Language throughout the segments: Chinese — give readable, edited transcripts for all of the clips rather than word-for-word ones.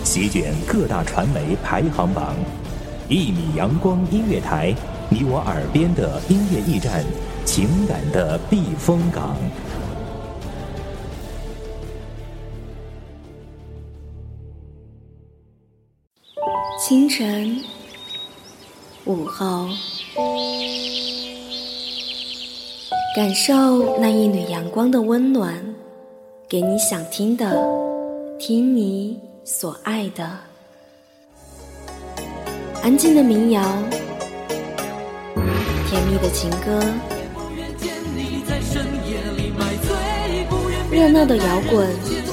席卷各大传媒排行榜，1米阳光音乐台，你我耳边的音乐驿站，情感的避风港。 清晨，午后，感受那一缕阳光的温暖，给你想听的，听你所爱的。安静的民谣，甜蜜的情歌，热闹的摇滚，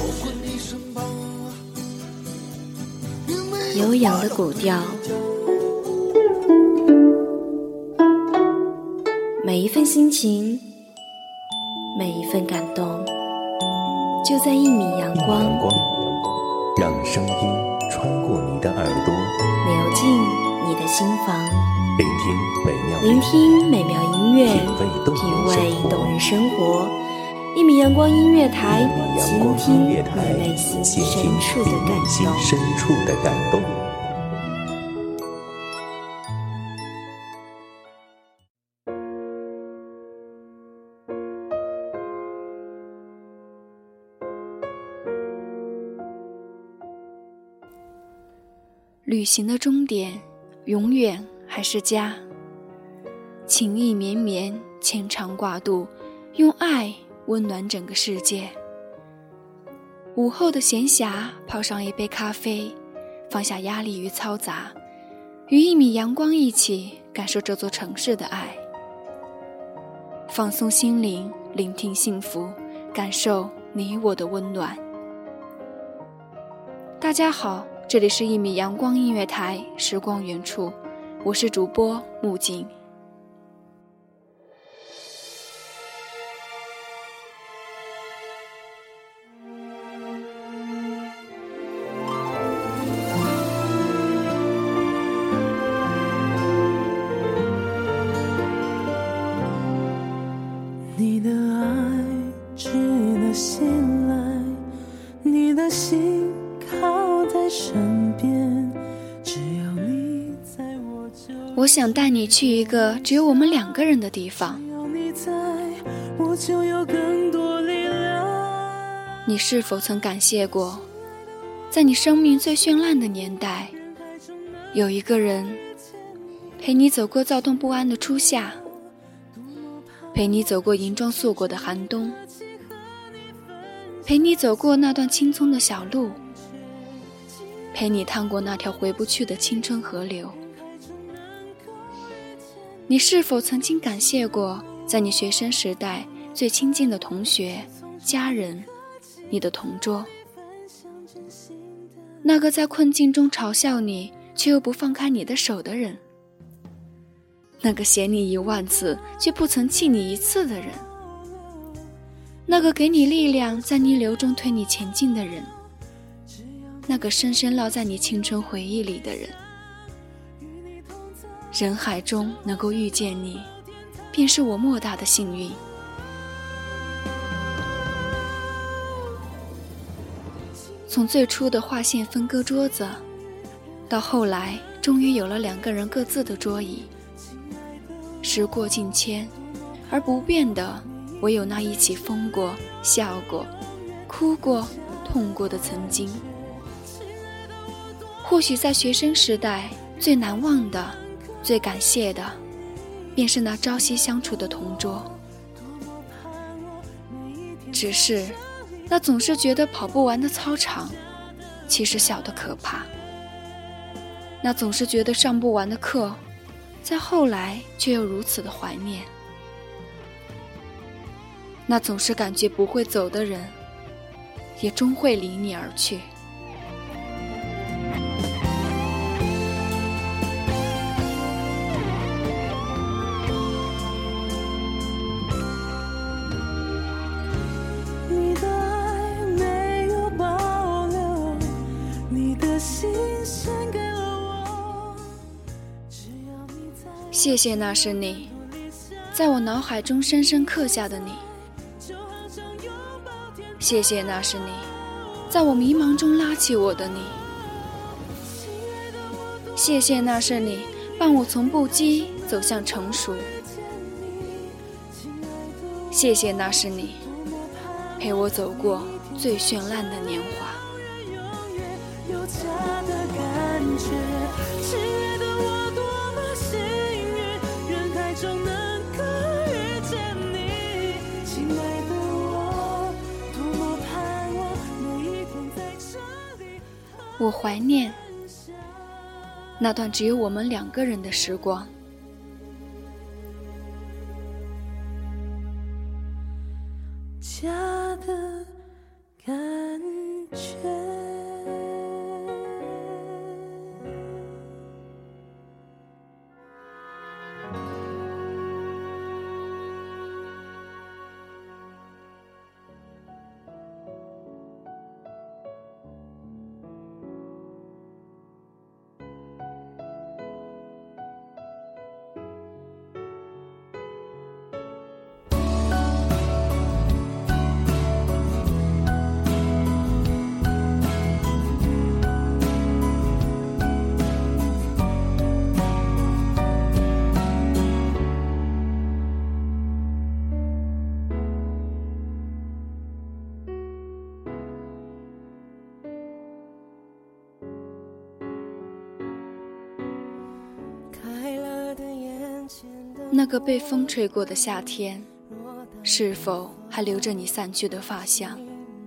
悠扬的古调，每一份心情，每一份感动，就在1米阳光， 让声音穿过你的耳朵， 流进你的心房， 聆听美妙音乐， 品味动人生活。1米阳光音乐台，倾听你内心深处的感动。 旅行的终点永远还是家，情意绵绵，牵肠挂肚，用爱温暖整个世界。午后的闲暇，泡上一杯咖啡，放下压力与嘈杂，与1米阳光一起感受这座城市的爱，放松心灵，聆听幸福，感受你我的温暖。大家好，这里是1米阳光音乐台，时光原处，我是主播木槿。 你的爱值得信赖，你的心靠在身边，只要你在我想带你去一个只有我们2个人的地方。 只要你在，我就有更多力量。 你是否曾感谢过，在你生命最绚烂的年代，有一个人陪你走过躁动不安的初夏，陪你走过银装素裹的寒冬，陪你走过那段青葱的小路，陪你趟过那条回不去的青春河流。你是否曾经感谢过，在你学生时代最亲近的同学、家人，你的同桌，那个在困境中嘲笑你却又不放开你的手的人，那个嫌你1万次却不曾气你1次的人，那个给你力量在逆流中推你前进的人，那个深深烙在你青春回忆里的人。人海中能够遇见你，便是我莫大的幸运。从最初的划线分割桌子，到后来终于有了2个人各自的桌椅。时过境迁，而不变的唯有那一起疯过、笑过、哭过、痛过的曾经。或许在学生时代最难忘的、最感谢的，便是那朝夕相处的同桌。只是那总是觉得跑不完的操场，其实小得可怕。那总是觉得上不完的课，在后来却又如此的怀念。那总是感觉不会走的人，也终会离你而去。 你的爱没有保留，你的心献给了我。 谢谢那是你，在我脑海中深深刻下的你。谢谢那是你，在我迷茫中拉起我的你。 谢谢那是你伴我从不羁走向成熟，谢谢那是你陪我走过最绚烂的年华。 有家的感觉，亲爱的我多么幸运，人海中能够遇见你。亲爱的我多么盼望每一天在这里。 我怀念那段只有我们2个人的时光。 家的感觉。 那个被风吹过的夏天，是否还留着你散去的发香？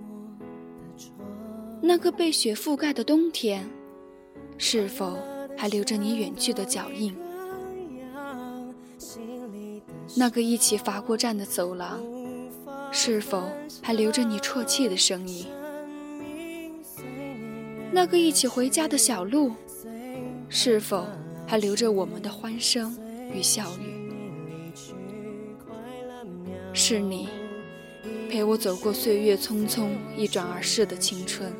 那个被雪覆盖的冬天，是否还留着你远去的脚印？那个一起罚过站的走廊，是否还留着你啜泣的声音？那个一起回家的小路，是否还留着我们的欢声与笑语？是你陪我走过岁月匆匆一转而逝的青春，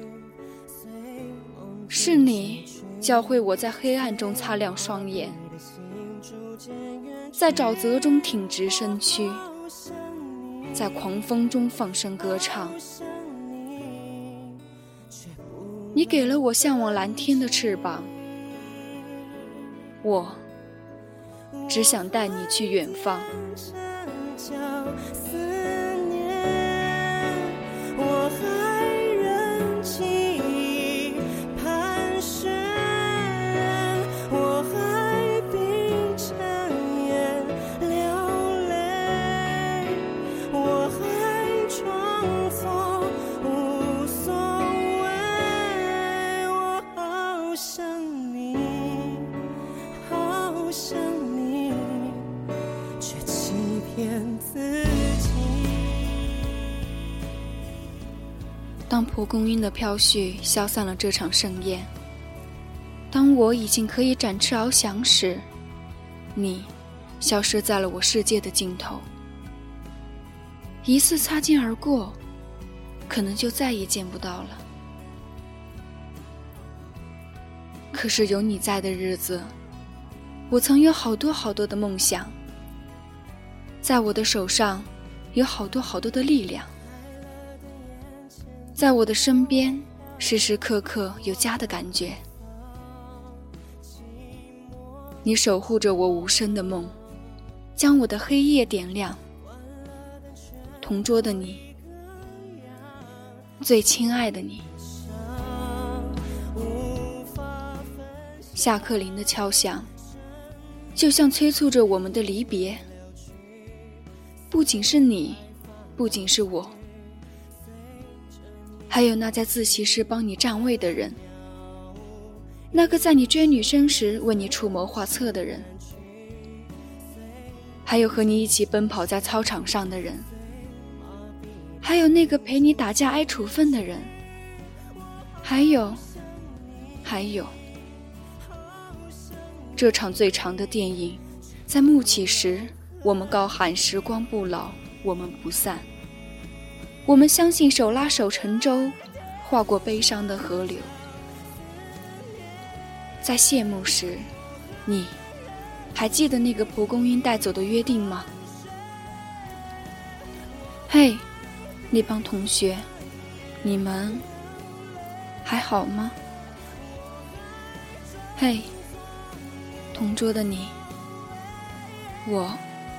是你教会我在黑暗中擦亮双眼，在沼泽中挺直身躯，在狂风中放声歌唱。你给了我向往蓝天的翅膀，我只想带你去远方。 我还忍气盘旋，我还闭着眼流泪，我还装作无所谓。我好想你，好想你，却欺骗自己。 当蒲公英的飘絮消散了这场盛宴，当我已经可以展翅翱翔时，你消失在了我世界的尽头。一次擦肩而过，可能就再也见不到了。可是有你在的日子，我曾有好多好多的梦想，在我的手上有好多好多的力量，在我的身边时时刻刻有家的感觉。你守护着我无声的梦，将我的黑夜点亮。同桌的你，最亲爱的你。下课铃的敲响，就像催促着我们的离别。不仅是你，不仅是我，还有那在自习室帮你占位的人，那个在你追女生时为你出谋划策的人，还有和你一起奔跑在操场上的人，还有那个陪你打架挨处分的人，还有这场最长的电影，在幕起时，我们高喊时光不老，我们不散。我们相信手拉手乘舟，划过悲伤的河流。在谢幕时，你还记得那个蒲公英带走的约定吗？嘿，那帮同学，你们还好吗？嘿， 同桌的你，我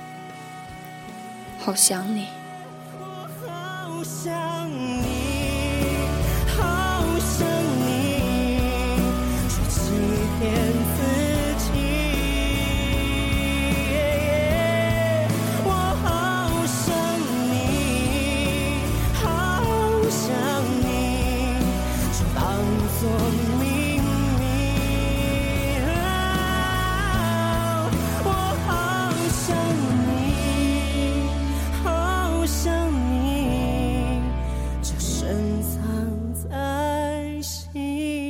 好想你。 我好想你，好想你，说欺骗自己。我好想你，好想你，就当作秘密。我好想你，好想你，就深藏在心。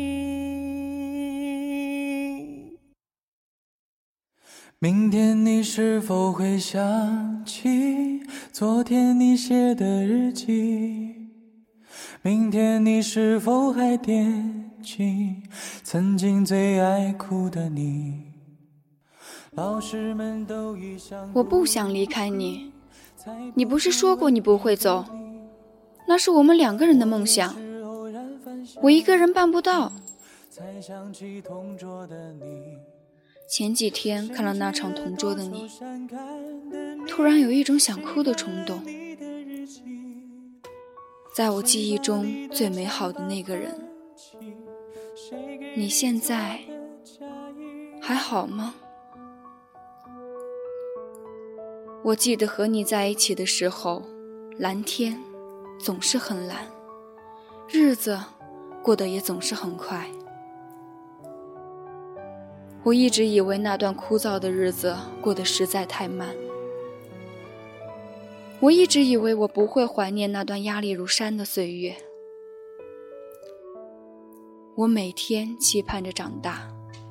明天你是否会想起昨天你写的日记？明天你是否还惦记曾经最爱哭的你？老师们都已想我不想离开你，你不是说过你不会走？那是我们2个人的梦想，我一个人办不到。 才想起同桌的你。 前几天看了那场同桌的你，突然有一种想哭的冲动。在我记忆中最美好的那个人，你现在还好吗？我记得和你在一起的时候，蓝天总是很蓝，日子过得也总是很快。我一直以为那段枯燥的日子过得实在太慢，我一直以为我不会怀念那段压力如山的岁月。我每天期盼着长大，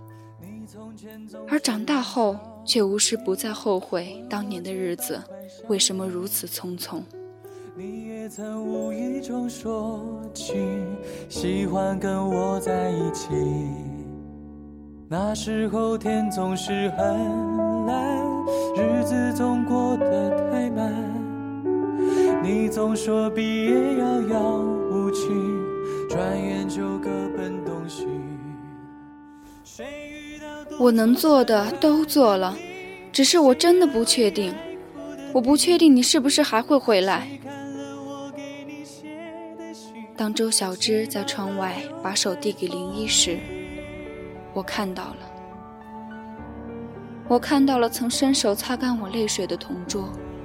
而长大后却无时不再后悔当年的日子为什么如此匆匆。 你也曾无意中说起喜欢跟我在一起，那时候天总是很蓝，日子总过得太慢。你总说毕业遥遥无期，转眼就各奔东西。 我能做的都做了，只是我真的不确定，我不确定你是不是还会回来。当周小栀在窗外把手递给林一时，我看到了曾伸手擦干我泪水的同桌。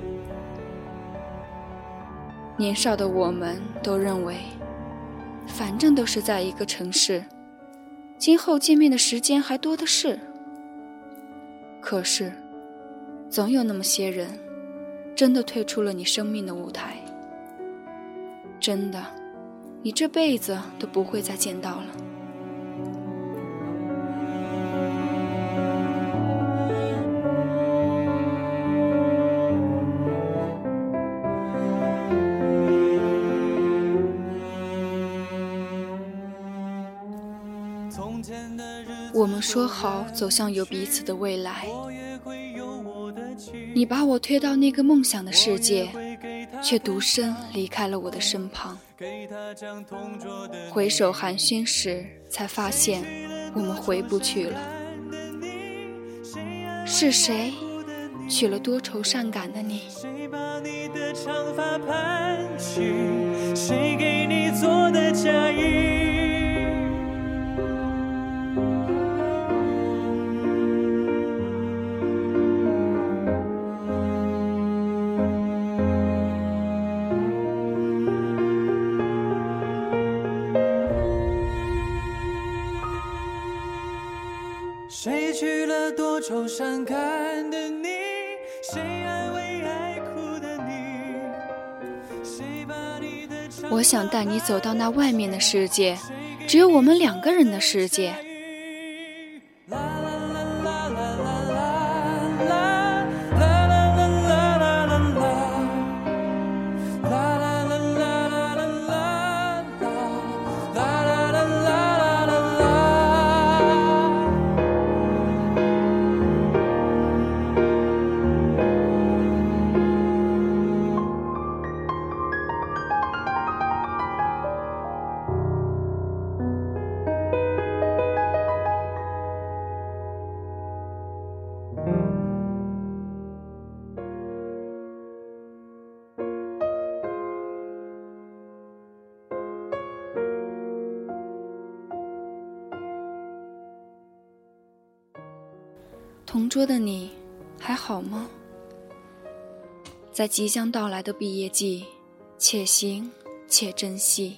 年少的我们都认为，反正都是在一个城市，今后见面的时间还多的是。可是，总有那么些人，真的退出了你生命的舞台。真的，你这辈子都不会再见到了。我们说好走向有彼此的未来，你把我推到那个梦想的世界，却独身离开了我的身旁。回首寒暄时，才发现我们回不去了。是谁娶了多愁善感的你？ 谁把你的长发盘起？谁给你做的嫁衣？谁娶了多愁善感的你？谁安慰爱哭的你？谁把你的长我想带你走到那外面的世界，只有我们2个人的世界。 同桌的你还好吗？在即将到来的毕业季，且行且珍惜。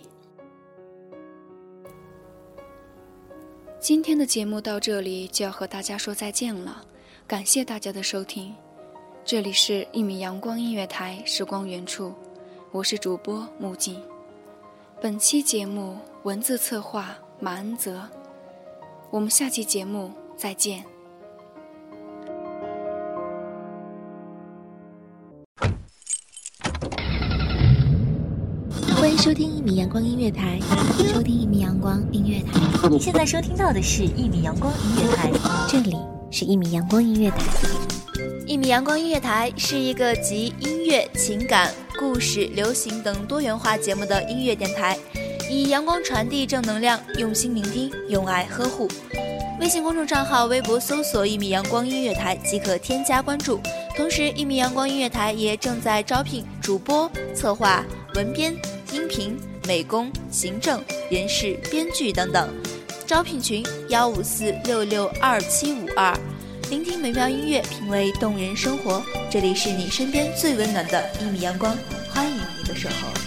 今天的节目到这里就要和大家说再见了，感谢大家的收听。这里是1米阳光音乐台时光原处，我是主播木槿。本期节目文字策划马恩泽，我们下期节目再见。 欢迎收听1米阳光音乐台，收听1米阳光音乐台。 你现在收听到的是1米阳光音乐台， 这里是1米阳光音乐台。 1米阳光音乐台是一个集音乐、情感、故事、流行等多元化节目的音乐电台，以阳光传递正能量，用心聆听，用爱呵护。微信公众账号、微博搜索1米阳光音乐台即可添加关注。同时1米阳光音乐台也正在招聘主播、策划、文编、音频、美工、行政、人事、编剧等等。招聘群154662752。聆听美妙音乐，品味动人生活，这里是你身边最温暖的1米阳光，欢迎你的守候。